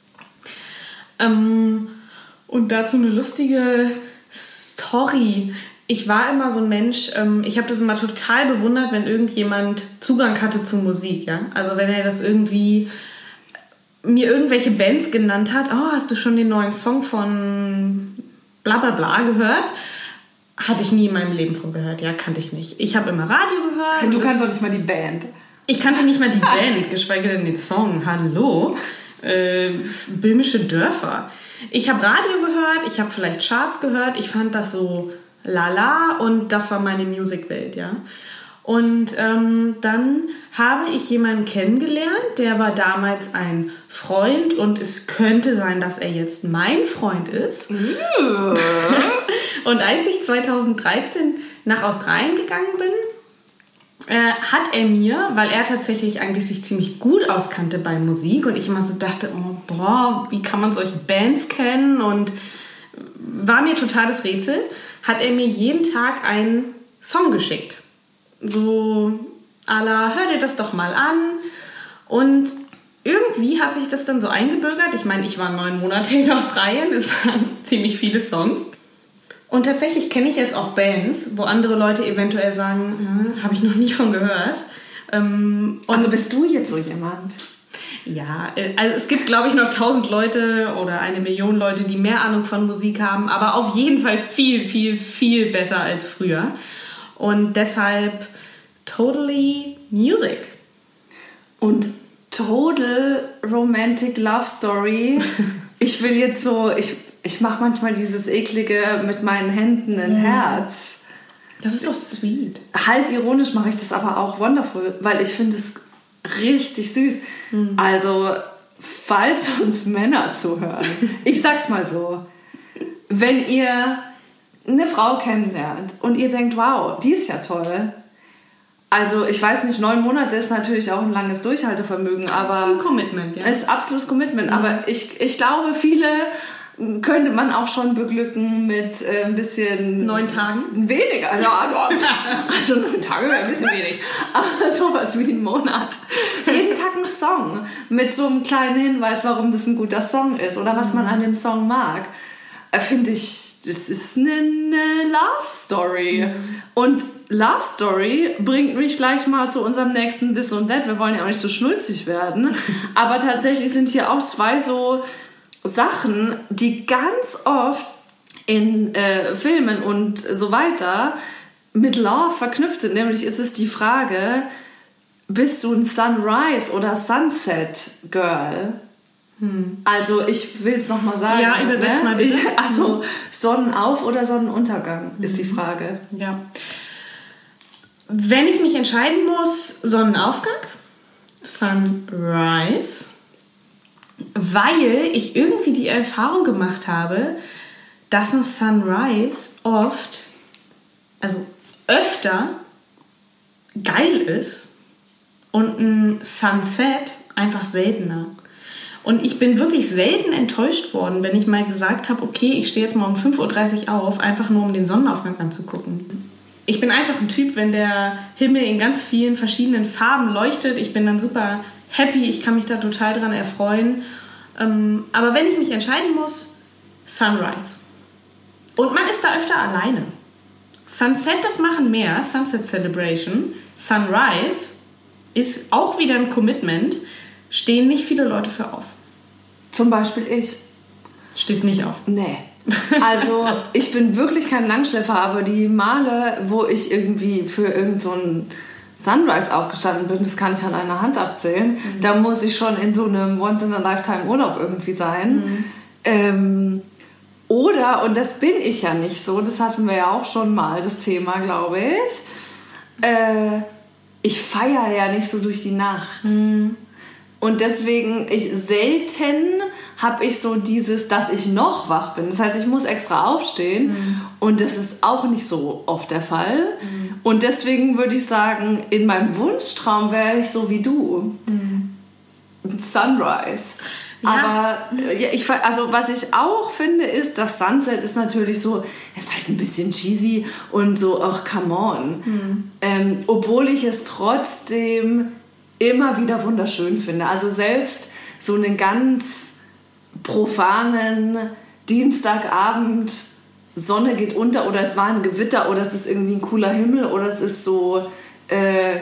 Ähm, und dazu eine lustige Story. Ich war immer so ein Mensch, ähm, ich habe das immer total bewundert, wenn irgendjemand Zugang hatte zu Musik, ja. Also wenn er das irgendwie mir irgendwelche Bands genannt hat, oh, hast du schon den neuen Song von bla bla bla gehört? Hatte ich nie in meinem Leben von gehört, ja, kannte ich nicht. Ich habe immer Radio gehört.
Du kannst doch nicht mal die Band.
Ich kannte nicht mal die Band, geschweige denn den Song, hallo. Äh, böhmische Dörfer. Ich habe Radio gehört, ich habe vielleicht Charts gehört, ich fand das so lala und das war meine Musikwelt, ja. Und ähm, dann habe ich jemanden kennengelernt, der war damals ein Freund und es könnte sein, dass er jetzt mein Freund ist.
Mm.
Und als ich zweitausenddreizehn nach Australien gegangen bin, äh, hat er mir, weil er tatsächlich eigentlich sich ziemlich gut auskannte bei Musik und ich immer so dachte, oh, boah, wie kann man solche Bands kennen, und war mir total das Rätsel, hat er mir jeden Tag einen Song geschickt. So à la, hör dir das doch mal an. Und irgendwie hat sich das dann so eingebürgert. Ich meine, ich war neun Monate in Australien, es waren ziemlich viele Songs. Und tatsächlich kenne ich jetzt auch Bands, wo andere Leute eventuell sagen, hm, habe ich noch nie von gehört. Ähm, und
also bist du jetzt so jemand?
Ja, also es gibt, glaube ich, noch tausend Leute oder eine Million Leute, die mehr Ahnung von Musik haben, aber auf jeden Fall viel, viel, viel besser als früher. Und deshalb Totally Music.
Und Total Romantic Love Story. Ich will jetzt so, ich, ich mache manchmal dieses eklige mit meinen Händen ein Herz.
Das ist doch sweet.
Halb ironisch mache ich das aber auch wonderful, weil ich finde es richtig süß. Mhm. Also, falls uns Männer zuhören, ich sag's mal so, wenn ihr eine Frau kennenlernt und ihr denkt, wow, die ist ja toll. Also, ich weiß nicht, neun Monate ist natürlich auch ein langes Durchhaltevermögen, aber...
Das ist ein Commitment, ja.
Es ist absolutes Commitment, mhm. aber ich, ich glaube, viele könnte man auch schon beglücken mit äh, ein bisschen...
Neun Tagen?
Weniger, also, also neun Tage wäre ein bisschen wenig, aber sowas wie ein Monat. Jeden Tag ein Song mit so einem kleinen Hinweis, warum das ein guter Song ist oder was man an dem Song mag. Finde ich, das ist eine, eine Love Story. Mhm. Und Love Story bringt mich gleich mal zu unserem nächsten This und That. Wir wollen ja auch nicht so schnulzig werden. Aber tatsächlich sind hier auch zwei so Sachen, die ganz oft in äh, Filmen und so weiter mit Love verknüpft sind. Nämlich ist es die Frage, bist du ein Sunrise oder Sunset Girl? Hm. Also ich will es nochmal sagen.
Ja, übersetz ne? mal bitte.
Ich, also Sonnenauf- oder Sonnenuntergang mhm. ist die Frage.
Ja. Wenn ich mich entscheiden muss, Sonnenaufgang, Sunrise, weil ich irgendwie die Erfahrung gemacht habe, dass ein Sunrise oft, also öfter geil ist und ein Sunset einfach seltener. Und ich bin wirklich selten enttäuscht worden, wenn ich mal gesagt habe, okay, ich stehe jetzt mal um fünf Uhr dreißig auf, einfach nur um den Sonnenaufgang anzugucken. Ich bin einfach ein Typ, wenn der Himmel in ganz vielen verschiedenen Farben leuchtet, ich bin dann super happy, ich kann mich da total dran erfreuen. Ähm, aber wenn ich mich entscheiden muss, Sunrise. Und man ist da öfter alleine. Sunset, das machen mehr, Sunset Celebration. Sunrise ist auch wieder ein Commitment, stehen nicht viele Leute für auf.
Zum Beispiel ich.
Stehst nicht auf?
Nee. Also ich bin wirklich kein Langschläfer, aber die Male, wo ich irgendwie für irgend so ein Sunrise aufgestanden bin, das kann ich an einer Hand abzählen, mhm. da muss ich schon in so einem Once-in-a-Lifetime-Urlaub irgendwie sein. Mhm. Ähm, oder, und das bin ich ja nicht so, das hatten wir ja auch schon mal, das Thema, glaube ich, äh, ich feiere ja nicht so durch die Nacht. Mhm. Und deswegen, ich, selten habe ich so dieses, dass ich noch wach bin. Das heißt, ich muss extra aufstehen. Mhm. Und das ist auch nicht so oft der Fall. Mhm. Und deswegen würde ich sagen, in meinem Wunschtraum wäre ich so wie du. Mhm. Sunrise. Ja. Aber ja, ich, also was ich auch finde, ist, das Sunset ist natürlich so, es ist halt ein bisschen cheesy und so, ach, come on. Mhm. Ähm, obwohl ich es trotzdem immer wieder wunderschön finde. Also selbst so einen ganz profanen Dienstagabend, Sonne geht unter oder es war ein Gewitter oder es ist irgendwie ein cooler Himmel oder es ist so äh,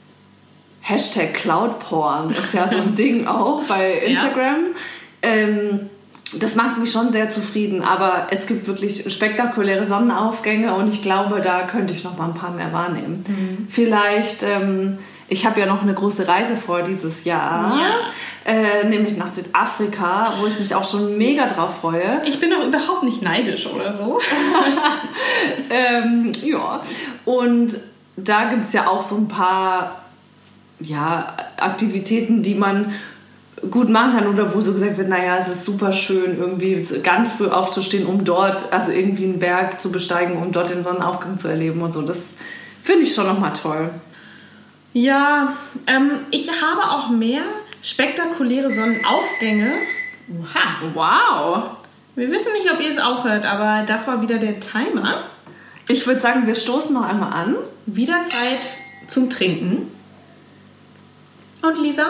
Hashtag Cloudporn, ist ja so ein Ding auch bei Instagram. Ja. Ähm, das macht mich schon sehr zufrieden, aber es gibt wirklich spektakuläre Sonnenaufgänge und ich glaube, da könnte ich noch mal ein paar mehr wahrnehmen. Mhm. Vielleicht... Ähm, Ich habe ja noch eine große Reise vor dieses Jahr, ja. äh, nämlich nach Südafrika, wo ich mich auch schon mega drauf freue.
Ich bin auch überhaupt nicht neidisch oder so.
ähm, ja, und da gibt es ja auch so ein paar ja, Aktivitäten, die man gut machen kann oder wo so gesagt wird, naja, es ist super schön, irgendwie ganz früh aufzustehen, um dort, also irgendwie einen Berg zu besteigen, um dort den Sonnenaufgang zu erleben und so. Das finde ich schon nochmal toll.
Ja, ähm, ich habe auch mehr spektakuläre Sonnenaufgänge.
Oha, wow.
Wir wissen nicht, ob ihr es auch hört, aber das war wieder der Timer.
Ich würde sagen, wir stoßen noch einmal an.
Wieder Zeit zum Trinken. Und Lisa?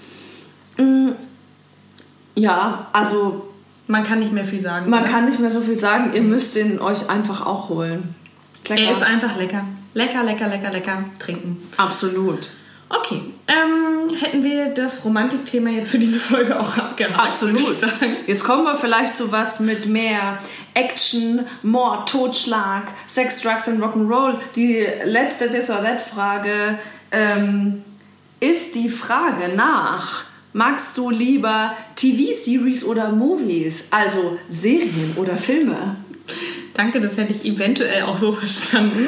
Ja, also...
Man kann nicht mehr viel sagen.
Man
oder?
kann nicht mehr so viel sagen. Ihr müsst den euch einfach auch holen.
Lecker. Er ist einfach lecker. Lecker, lecker, lecker, lecker trinken.
Absolut.
Okay, ähm, hätten wir das Romantikthema jetzt für diese Folge auch abgehakt?
Absolut. Jetzt kommen wir vielleicht zu was mit mehr Action, Mord, Totschlag, Sex, Drugs und Rock'n'Roll. Die letzte This or That Frage ähm, ist die Frage nach: Magst du lieber T V-Series oder Movies? Also Serien oder Filme?
Danke, das hätte ich eventuell auch so verstanden.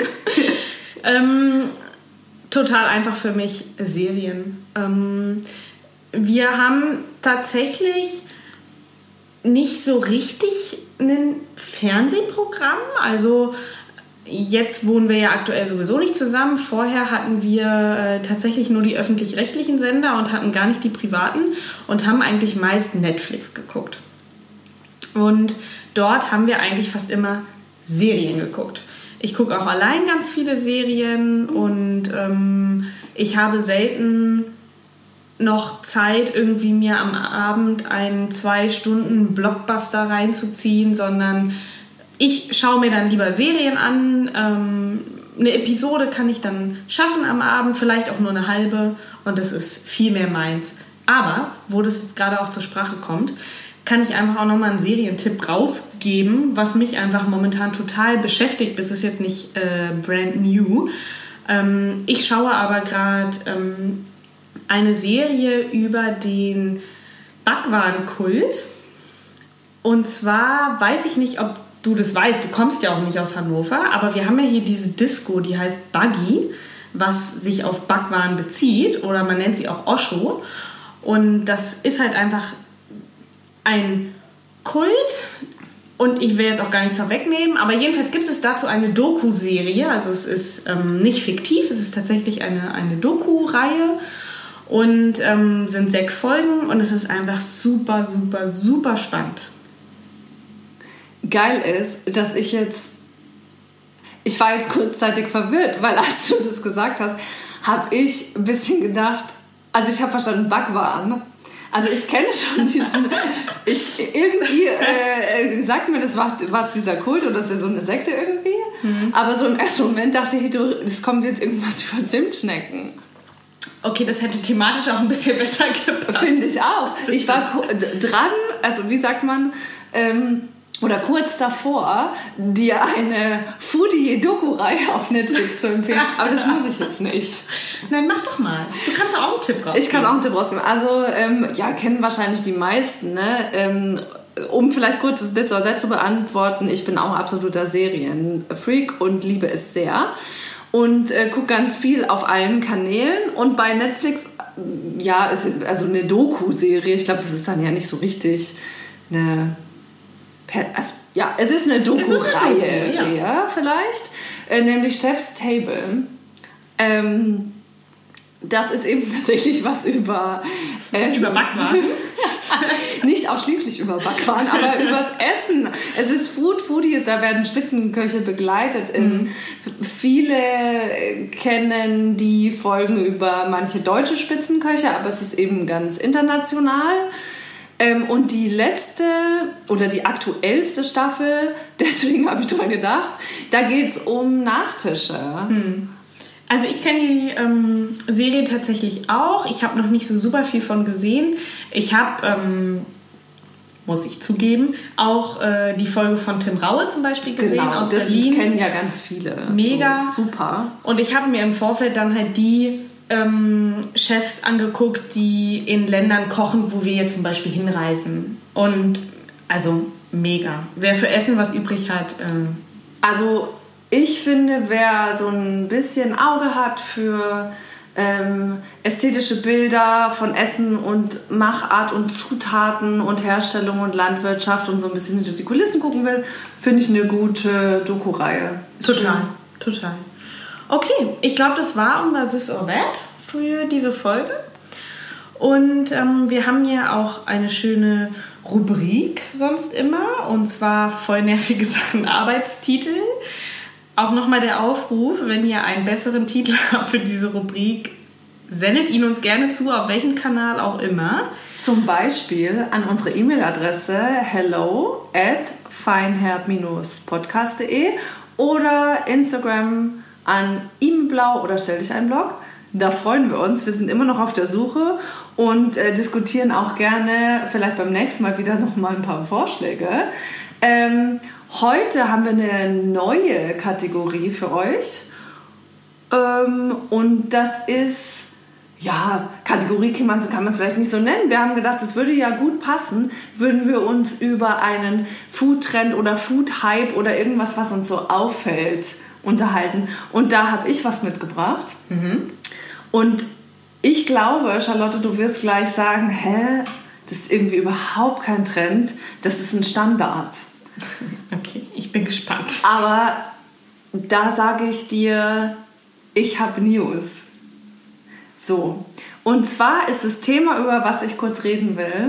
ähm, total einfach für mich Serien. Ähm, wir haben tatsächlich nicht so richtig ein Fernsehprogramm. Also jetzt wohnen wir ja aktuell sowieso nicht zusammen. Vorher hatten wir äh, tatsächlich nur die öffentlich-rechtlichen Sender und hatten gar nicht die privaten und haben eigentlich meist Netflix geguckt. Und dort haben wir eigentlich fast immer Serien geguckt. Ich gucke auch allein ganz viele Serien und ähm, ich habe selten noch Zeit, irgendwie mir am Abend einen zwei Stunden Blockbuster reinzuziehen, sondern ich schaue mir dann lieber Serien an. Ähm, eine Episode kann ich dann schaffen am Abend, vielleicht auch nur eine halbe, und das ist viel mehr meins. Aber, wo das jetzt gerade auch zur Sprache kommt, kann ich einfach auch nochmal einen Serientipp rausgeben, was mich einfach momentan total beschäftigt. Das ist jetzt nicht äh, brand new. Ähm, ich schaue aber gerade ähm, eine Serie über den Bhagwan-Kult. Und zwar weiß ich nicht, ob du das weißt, du kommst ja auch nicht aus Hannover, aber wir haben ja hier diese Disco, die heißt Buggy, was sich auf Bhagwan bezieht, oder man nennt sie auch Osho. Und das ist halt einfach ein Kult, und ich will jetzt auch gar nichts vorwegnehmen, aber jedenfalls gibt es dazu eine Doku-Serie, also es ist ähm, nicht fiktiv, es ist tatsächlich eine, eine Doku-Reihe und ähm, sind sechs Folgen und es ist einfach super, super, super spannend.
Geil ist, dass ich jetzt, ich war jetzt kurzzeitig verwirrt, weil als du das gesagt hast, habe ich ein bisschen gedacht, also ich habe verstanden, Bhagwan. Also ich kenne schon diesen, ich, irgendwie äh, sagt mir das, was dieser Kult, oder ist das so eine Sekte irgendwie? Mhm. Aber so im ersten Moment dachte ich, du, das kommt jetzt irgendwas über Zimtschnecken.
Okay, das hätte thematisch auch ein bisschen besser gepasst.
Finde ich auch.
Das
ich war dran, also wie sagt man, ähm, oder kurz davor, dir eine Foodie-Doku-Reihe auf Netflix zu empfehlen. Aber das muss ich jetzt nicht.
Nein, mach doch mal. Du kannst auch einen Tipp rausgeben.
Ich kann auch einen Tipp rausgeben. Also, ähm, ja, kennen wahrscheinlich die meisten, ne? Ähm, um vielleicht kurz das This or That zu beantworten, ich bin auch absoluter Serienfreak und liebe es sehr. Und äh, gucke ganz viel auf allen Kanälen. Und bei Netflix, ja, ist also eine Doku-Serie. Ich glaube, das ist dann ja nicht so richtig eine... Also, ja, es ist eine Doku-Reihe, Doku, ja. ja, vielleicht, äh, nämlich Chef's Table. Ähm, das ist eben tatsächlich was über... Äh,
über Bhagwan.
Nicht ausschließlich über Bhagwan, aber übers Essen. Es ist Food, Foodies, da werden Spitzenköche begleitet. Mhm. Viele kennen die Folgen über manche deutsche Spitzenköche, aber es ist eben ganz international. Ähm, und die letzte oder die aktuellste Staffel, deswegen habe ich dran gedacht, da geht es um Nachtische.
Hm. Also ich kenne die ähm, Serie tatsächlich auch. Ich habe noch nicht so super viel von gesehen. Ich habe, ähm, muss ich zugeben, auch äh, die Folge von Tim Raue zum Beispiel gesehen,
genau,
aus
das
Berlin.
Kennen ja ganz viele.
Mega.
So, super.
Und ich habe mir im Vorfeld dann halt die Ähm, Chefs angeguckt, die in Ländern kochen, wo wir jetzt zum Beispiel hinreisen. Und also mega. Wer für Essen was übrig hat. Ähm
also ich finde, wer so ein bisschen Auge hat für ähm, ästhetische Bilder von Essen und Machart und Zutaten und Herstellung und Landwirtschaft und so ein bisschen hinter die Kulissen gucken will, finde ich eine gute Doku-Reihe.
Total, schön. Total. Okay, ich glaube, das war unser This or That für diese Folge. Und ähm, wir haben hier auch eine schöne Rubrik sonst immer. Und zwar voll nervige Sachen, Arbeitstitel. auch nochmal der Aufruf, wenn ihr einen besseren Titel habt für diese Rubrik, sendet ihn uns gerne zu, auf welchem Kanal auch immer.
Zum Beispiel an unsere E-Mail-Adresse hello at feinherb podcast punkt de oder Instagram an imeblau oder stell dich einen Blog. Da freuen wir uns. Wir sind immer noch auf der Suche und äh, diskutieren auch gerne vielleicht beim nächsten Mal wieder noch mal ein paar Vorschläge. Ähm, heute haben wir eine neue Kategorie für euch. Ähm, und das ist, ja, Kategorie kann man kann man es vielleicht nicht so nennen. Wir haben gedacht, das würde ja gut passen, würden wir uns über einen Food-Trend oder Food-Hype oder irgendwas, was uns so auffällt, unterhalten. Und da habe ich was mitgebracht. Mhm. Und ich glaube, Charlotte, du wirst gleich sagen, hä, das ist irgendwie überhaupt kein Trend, das ist ein Standard.
Okay, ich bin gespannt.
Aber da sage ich dir, ich habe News. So, und zwar ist das Thema, über was ich kurz reden will,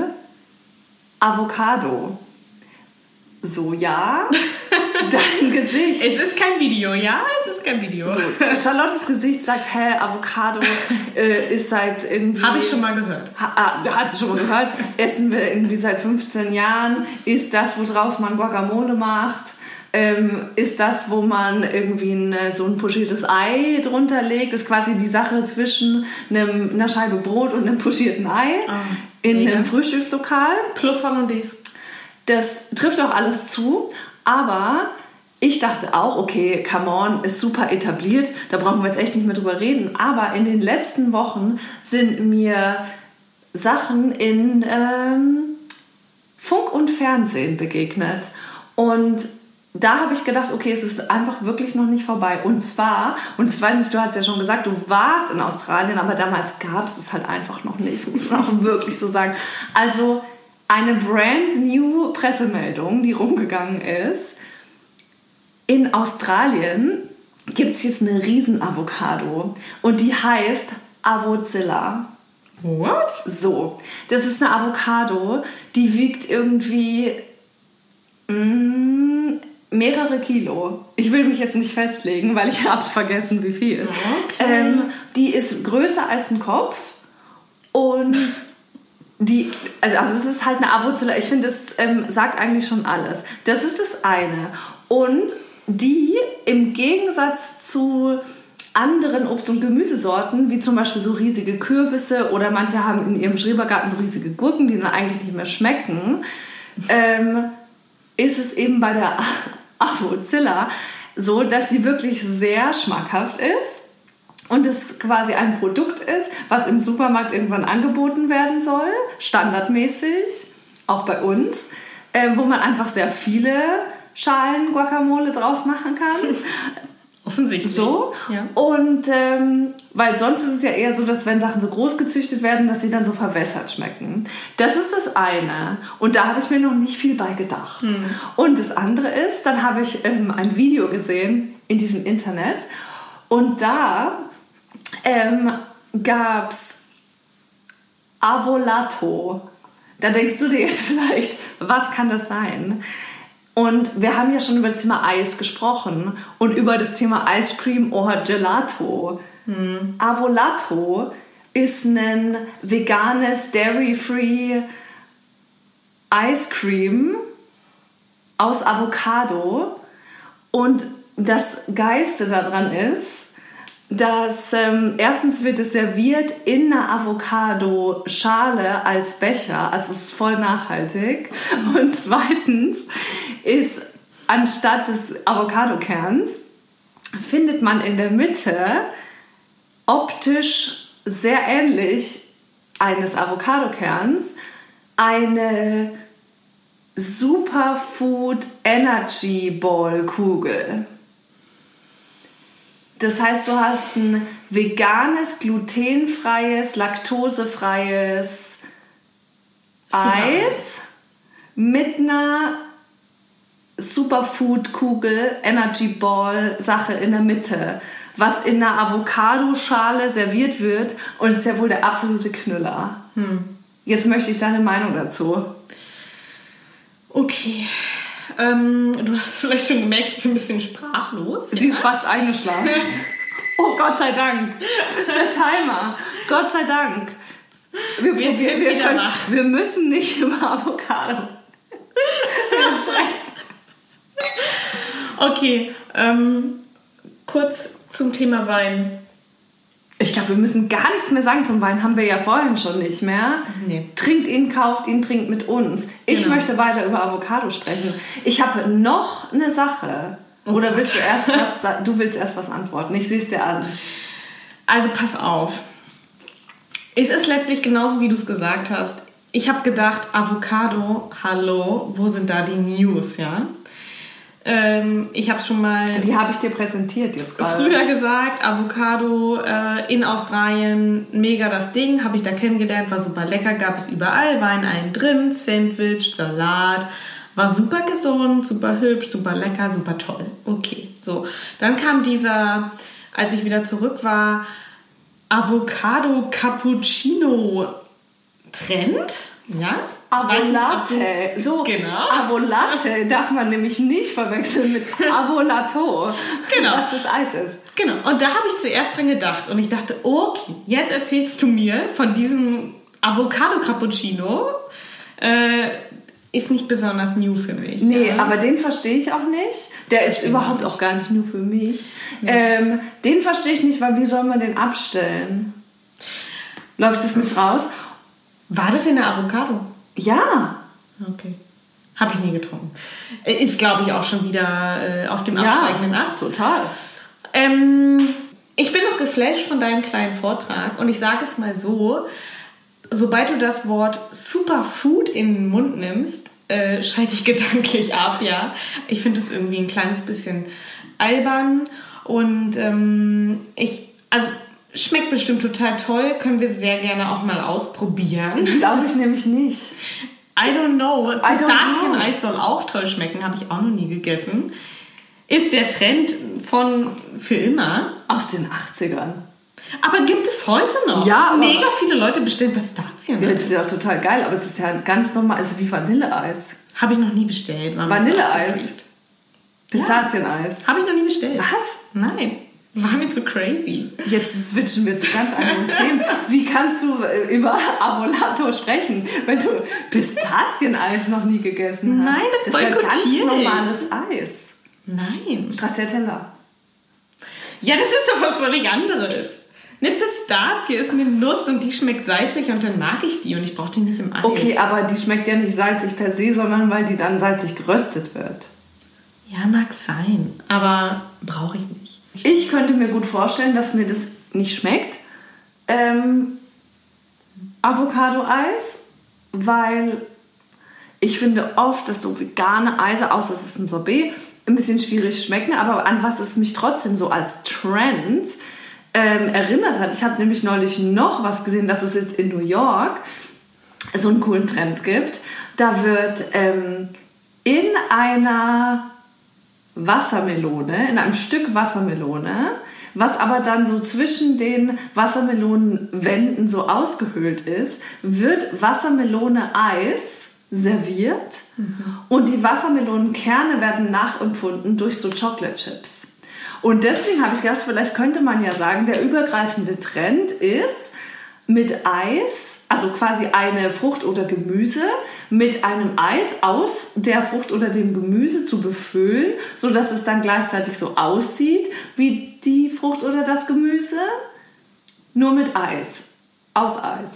Avocado. So, ja, dein Gesicht.
Es ist kein Video, ja, es ist kein Video.
So, Charlottes Gesicht sagt, hä, Avocado äh, ist seit irgendwie...
Habe ich schon mal gehört.
Ha, ah, hat sie schon mal gehört. Essen wir irgendwie seit fünfzehn Jahren. Ist das, woraus man Guacamole macht? Ähm, ist das, wo man irgendwie ein, so ein pochiertes Ei drunter legt? Das ist quasi die Sache zwischen einem, einer Scheibe Brot und einem pochierten Ei oh, in mega. Einem Frühstückslokal.
Plus Hollandaise.
Das trifft auch alles zu, aber ich dachte auch, okay, come on, ist super etabliert, da brauchen wir jetzt echt nicht mehr drüber reden. Aber in den letzten Wochen sind mir Sachen in ähm, Funk und Fernsehen begegnet. Und da habe ich gedacht, okay, es ist einfach wirklich noch nicht vorbei. Und zwar, und das weiß nicht, du hast ja schon gesagt, du warst in Australien, aber damals gab es das halt einfach noch nicht, das muss man auch wirklich so sagen. Also eine brand new Pressemeldung, die rumgegangen ist. In Australien gibt es jetzt eine Riesen-Avocado und die heißt Avozilla.
What?
So, das ist eine Avocado, die wiegt irgendwie mh, mehrere Kilo. Ich will mich jetzt nicht festlegen, weil ich hab's vergessen, wie viel.
Okay.
Ähm, die ist größer als ein Kopf und die, also, also es ist halt eine Avozilla. Ich finde, das ähm, sagt eigentlich schon alles. Das ist das eine. Und die im Gegensatz zu anderen Obst- und Gemüsesorten, wie zum Beispiel so riesige Kürbisse oder manche haben in ihrem Schrebergarten so riesige Gurken, die dann eigentlich nicht mehr schmecken, ähm, ist es eben bei der Avozilla so, dass sie wirklich sehr schmackhaft ist. Und es quasi ein Produkt ist, was im Supermarkt irgendwann angeboten werden soll, standardmäßig, auch bei uns, äh, wo man einfach sehr viele Schalen Guacamole draus machen kann.
Offensichtlich.
So.
Ja.
Und ähm, weil sonst ist es ja eher so, dass wenn Sachen so groß gezüchtet werden, dass sie dann so verwässert schmecken. Das ist das eine. Und da habe ich mir noch nicht viel bei gedacht. Hm. Und das andere ist, dann habe ich ähm, ein Video gesehen in diesem Internet und da ähm, gab es Avolato. Da denkst du dir jetzt vielleicht, was kann das sein? Und wir haben ja schon über das Thema Eis gesprochen und über das Thema Ice Cream oder Gelato. Hm. Avolato ist ein veganes, dairy-free Ice Cream aus Avocado. Und das Geilste daran ist, dass ähm, erstens wird es serviert in einer Avocado-Schale als Becher, also es ist voll nachhaltig. Und zweitens ist anstatt des Avocado-Kerns findet man in der Mitte optisch sehr ähnlich eines Avocado-Kerns eine Superfood Energy Ball Kugel. Das heißt, du hast ein veganes, glutenfreies, laktosefreies Eis mit einer Superfood-Kugel, Energy Ball-Sache in der Mitte, was in einer Avocado-Schale serviert wird und ist ja wohl der absolute Knüller. Hm. Jetzt möchte ich deine Meinung dazu.
Okay, Ähm, du hast vielleicht schon gemerkt, ich bin ein bisschen sprachlos.
Sie ja? ist fast eingeschlafen. Oh, Gott sei Dank. Der Timer. Gott sei Dank. Wir, wir, wir, wir, können, wir müssen nicht über Avocado sprechen.
Okay, ähm, kurz zum Thema Wein.
Ich glaube, wir müssen gar nichts mehr sagen zum Wein. Haben wir ja vorhin schon nicht mehr.
Nee.
Trinkt ihn, kauft ihn, trinkt mit uns. Ich genau. möchte weiter über Avocado sprechen. Ich habe noch eine Sache. Oder willst du erst was, du willst erst was antworten? Ich sehe es dir an.
Also pass auf. Es ist letztlich genauso, wie du es gesagt hast. Ich habe gedacht, Avocado, hallo, wo sind da die News, ja? Ähm, ich habe schon mal...
Die habe ich dir präsentiert jetzt gerade.
Früher gesagt, Avocado äh, in Australien, mega das Ding, habe ich da kennengelernt, war super lecker, gab es überall, war in allem drin, Sandwich, Salat, war super gesund, super hübsch, super lecker, super toll. Okay, so. Dann kam dieser, als ich wieder zurück war, Avocado Cappuccino Trend, ja?
Avolatte. So,
genau.
Avolatte darf man nämlich nicht verwechseln mit Avolato.
Genau.
Was das Eis ist.
Genau. Und da habe ich zuerst dran gedacht und ich dachte, okay, jetzt erzählst du mir von diesem Avocado Cappuccino. Äh, ist nicht besonders new für mich.
Nee,
ja?
aber den verstehe ich auch nicht. Der ist
ich
überhaupt auch gar nicht new für mich. Nee. Ähm, den verstehe ich nicht, weil wie soll man den abstellen? Läuft es nicht raus?
War das in der Avocado?
Ja.
Okay. Habe ich nie getrunken. Ist, glaube ich, auch schon wieder äh, auf dem
ja,
absteigenden Ast.
Total.
Ähm, ich bin noch geflasht von deinem kleinen Vortrag und ich sage es mal so, sobald du das Wort Superfood in den Mund nimmst, äh, schalte ich gedanklich ab, ja. Ich finde es irgendwie ein kleines bisschen albern und ähm, ich, also schmeckt bestimmt total toll, können wir sehr gerne auch mal ausprobieren.
Glaube ich nämlich nicht.
I don't know. Pistazieneis soll auch toll schmecken, habe ich auch noch nie gegessen. Ist der Trend von für immer.
Aus den achtzigern.
Aber gibt es heute noch?
Ja, aber
mega viele Leute bestellen Pistazien.
Ja, das ist ja total geil, aber es ist ja ganz normal, also wie Vanilleeis.
Habe ich noch nie bestellt.
Vanilleeis. Pistazieneis.
Ja. Habe ich noch nie bestellt.
Was?
Nein. War mir zu crazy.
Jetzt switchen wir zu ganz anderen Themen. Wie kannst du über Avolato sprechen, wenn du Pistazieneis noch nie gegessen hast?
Nein, das,
das ist ja ganz
ich.
normales Eis.
Nein.
Stracciatella.
Ja, das ist doch was völlig anderes. Eine Pistazie ist eine Nuss und die schmeckt salzig und dann mag ich die und ich brauche die nicht im Eis.
Okay, aber die schmeckt ja nicht salzig per se, sondern weil die dann salzig geröstet wird.
Ja, mag sein, aber brauche ich nicht.
Ich könnte mir gut vorstellen, dass mir das nicht schmeckt. Ähm, Avocado-Eis, weil ich finde oft, dass so vegane Eise, außer es ist ein Sorbet, ein bisschen schwierig schmecken, aber an was es mich trotzdem so als Trend ähm, erinnert hat. Ich habe nämlich neulich noch was gesehen, dass es jetzt in New York so einen coolen Trend gibt. Da wird ähm, in einer Wassermelone, in einem Stück Wassermelone, was aber dann so zwischen den Wassermelonenwänden so ausgehöhlt ist, wird Wassermelone-Eis serviert mhm. und die Wassermelonenkerne werden nachempfunden durch so Chocolate Chips. Und deswegen habe ich gedacht, vielleicht könnte man ja sagen, der übergreifende Trend ist, mit Eis, also quasi eine Frucht oder Gemüse, mit einem Eis aus der Frucht oder dem Gemüse zu befüllen, sodass es dann gleichzeitig so aussieht wie die Frucht oder das Gemüse, nur mit Eis, aus Eis.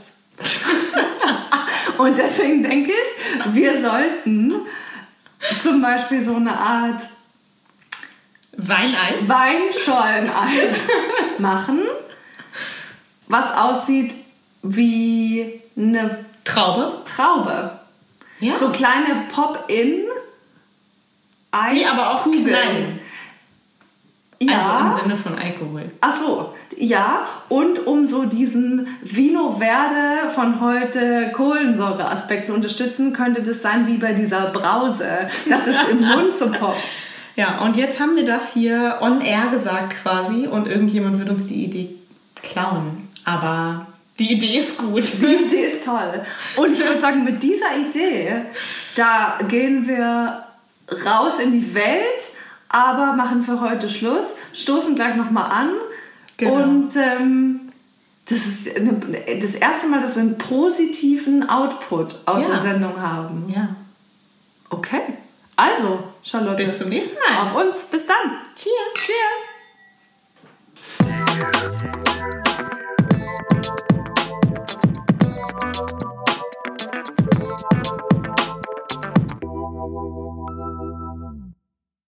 Und deswegen denke ich, wir sollten zum Beispiel so eine Art
Weineis,
Weinscholleneis machen, was aussieht wie eine
Traube.
Traube.
Ja.
So kleine Pop-in Eis.
Die aber auch
Kugeln.
klein.
Ja.
Also im Sinne von Alkohol.
Ach so, ja. Und um so diesen Vino Verde von heute Kohlensäureaspekt zu unterstützen, könnte das sein wie bei dieser Brause, dass es im Mund so poppt.
Ja, und jetzt haben wir das hier on air gesagt quasi und irgendjemand wird uns die Idee klauen. Aber die Idee ist gut.
Die Idee ist toll. Und ich würde sagen, mit dieser Idee, da gehen wir raus in die Welt, aber machen für heute Schluss, stoßen gleich nochmal an. Genau. Und ähm, das ist eine, das erste Mal, dass wir einen positiven Output aus ja. der Sendung haben.
Ja.
Okay. Also, Charlotte.
Bis zum nächsten Mal.
Auf uns. Bis dann.
Cheers.